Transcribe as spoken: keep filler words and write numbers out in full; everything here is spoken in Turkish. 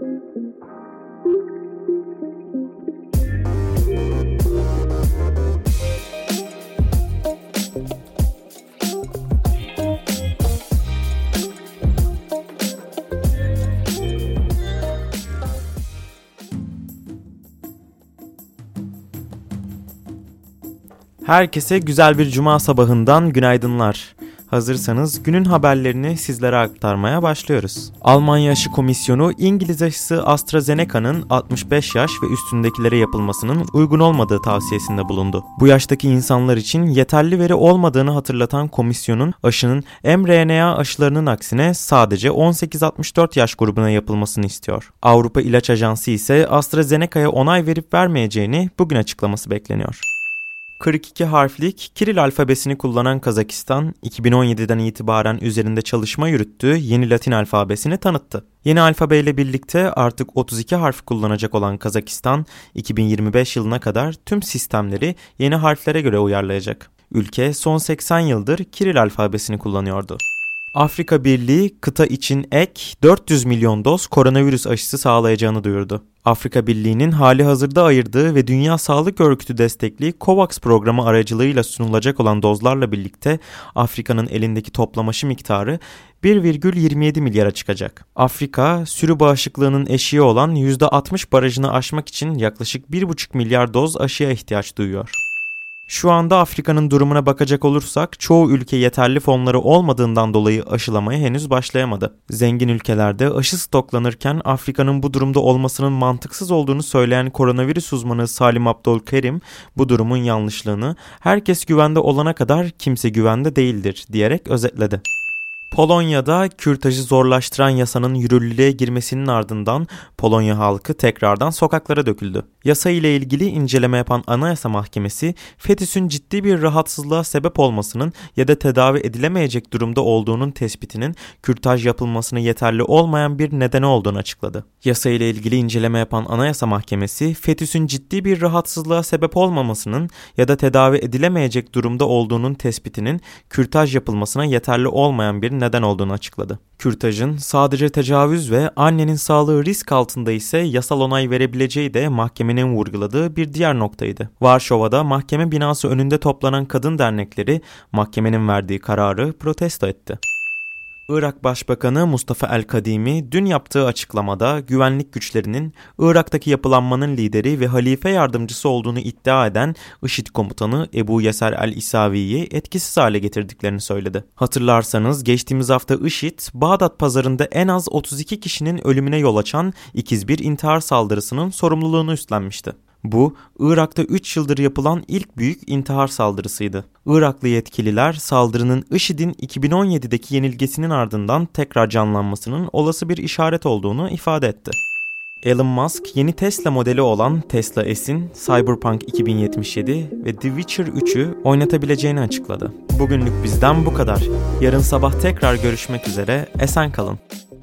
Herkese güzel bir cuma sabahından günaydınlar. Hazırsanız günün haberlerini sizlere aktarmaya başlıyoruz. Almanya Aşı Komisyonu İngiliz aşısı AstraZeneca'nın altmış beş yaş ve üstündekilere yapılmasının uygun olmadığı tavsiyesinde bulundu. Bu yaştaki insanlar için yeterli veri olmadığını hatırlatan komisyonun aşının mRNA aşılarının aksine sadece on sekiz altmış dört yaş grubuna yapılmasını istiyor. Avrupa İlaç Ajansı ise AstraZeneca'ya onay verip vermeyeceğini bugün açıklaması bekleniyor. kırk iki harflik Kiril alfabesini kullanan Kazakistan, iki bin on yediden itibaren üzerinde çalışma yürüttüğü yeni Latin alfabesini tanıttı. Yeni alfabeyle birlikte artık otuz iki harf kullanacak olan Kazakistan, iki bin yirmi beş yılına kadar tüm sistemleri yeni harflere göre uyarlayacak. Ülke son seksen yıldır Kiril alfabesini kullanıyordu. Afrika Birliği kıta için ek dört yüz milyon doz koronavirüs aşısı sağlayacağını duyurdu. Afrika Birliği'nin hali hazırda ayırdığı ve Dünya Sağlık Örgütü destekli COVAX programı aracılığıyla sunulacak olan dozlarla birlikte Afrika'nın elindeki toplam aşı miktarı bir virgül yirmi yedi milyara çıkacak. Afrika, sürü bağışıklığının eşiği olan yüzde altmış barajını aşmak için yaklaşık bir buçuk milyar doz aşıya ihtiyaç duyuyor. Şu anda Afrika'nın durumuna bakacak olursak çoğu ülke yeterli fonları olmadığından dolayı aşılamaya henüz başlayamadı. Zengin ülkelerde aşı stoklanırken Afrika'nın bu durumda olmasının mantıksız olduğunu söyleyen koronavirüs uzmanı Salim Abdolkerim bu durumun yanlışlığını "herkes güvende olana kadar kimse güvende değildir" diyerek özetledi. Polonya'da kürtajı zorlaştıran yasanın yürürlüğe girmesinin ardından Polonya halkı tekrardan sokaklara döküldü. Yasa ile ilgili inceleme yapan Anayasa Mahkemesi, fetüsün ciddi bir rahatsızlığa sebep olmasının ya da tedavi edilemeyecek durumda olduğunun tespitinin kürtaj yapılmasına yeterli olmayan bir nedeni olduğunu açıkladı. Yasa ile ilgili inceleme yapan Anayasa Mahkemesi, fetüsün ciddi bir rahatsızlığa sebep olmamasının ya da tedavi edilemeyecek durumda olduğunun tespitinin kürtaj yapılmasına yeterli olmayan bir neden olduğunu açıkladı. Kürtajın sadece tecavüz ve annenin sağlığı risk altında ise yasal onay verebileceği de mahkemenin vurguladığı bir diğer noktaydı. Varşova'da mahkeme binası önünde toplanan kadın dernekleri mahkemenin verdiği kararı protesto etti. Irak Başbakanı Mustafa El-Kadimi dün yaptığı açıklamada güvenlik güçlerinin Irak'taki yapılanmanın lideri ve halife yardımcısı olduğunu iddia eden IŞİD komutanı Ebu Yeser el-İsavi'yi etkisiz hale getirdiklerini söyledi. Hatırlarsanız geçtiğimiz hafta IŞİD, Bağdat pazarında en az otuz iki kişinin ölümüne yol açan ikiz bir intihar saldırısının sorumluluğunu üstlenmişti. Bu, Irak'ta üç yıldır yapılan ilk büyük intihar saldırısıydı. Iraklı yetkililer saldırının IŞİD'in iki bin on yedideki yenilgisinin ardından tekrar canlanmasının olası bir işaret olduğunu ifade etti. Elon Musk yeni Tesla modeli olan Tesla S'in Cyberpunk iki bin yetmiş yedi ve The Witcher üçü oynatabileceğini açıkladı. Bugünlük bizden bu kadar. Yarın sabah tekrar görüşmek üzere, esen kalın.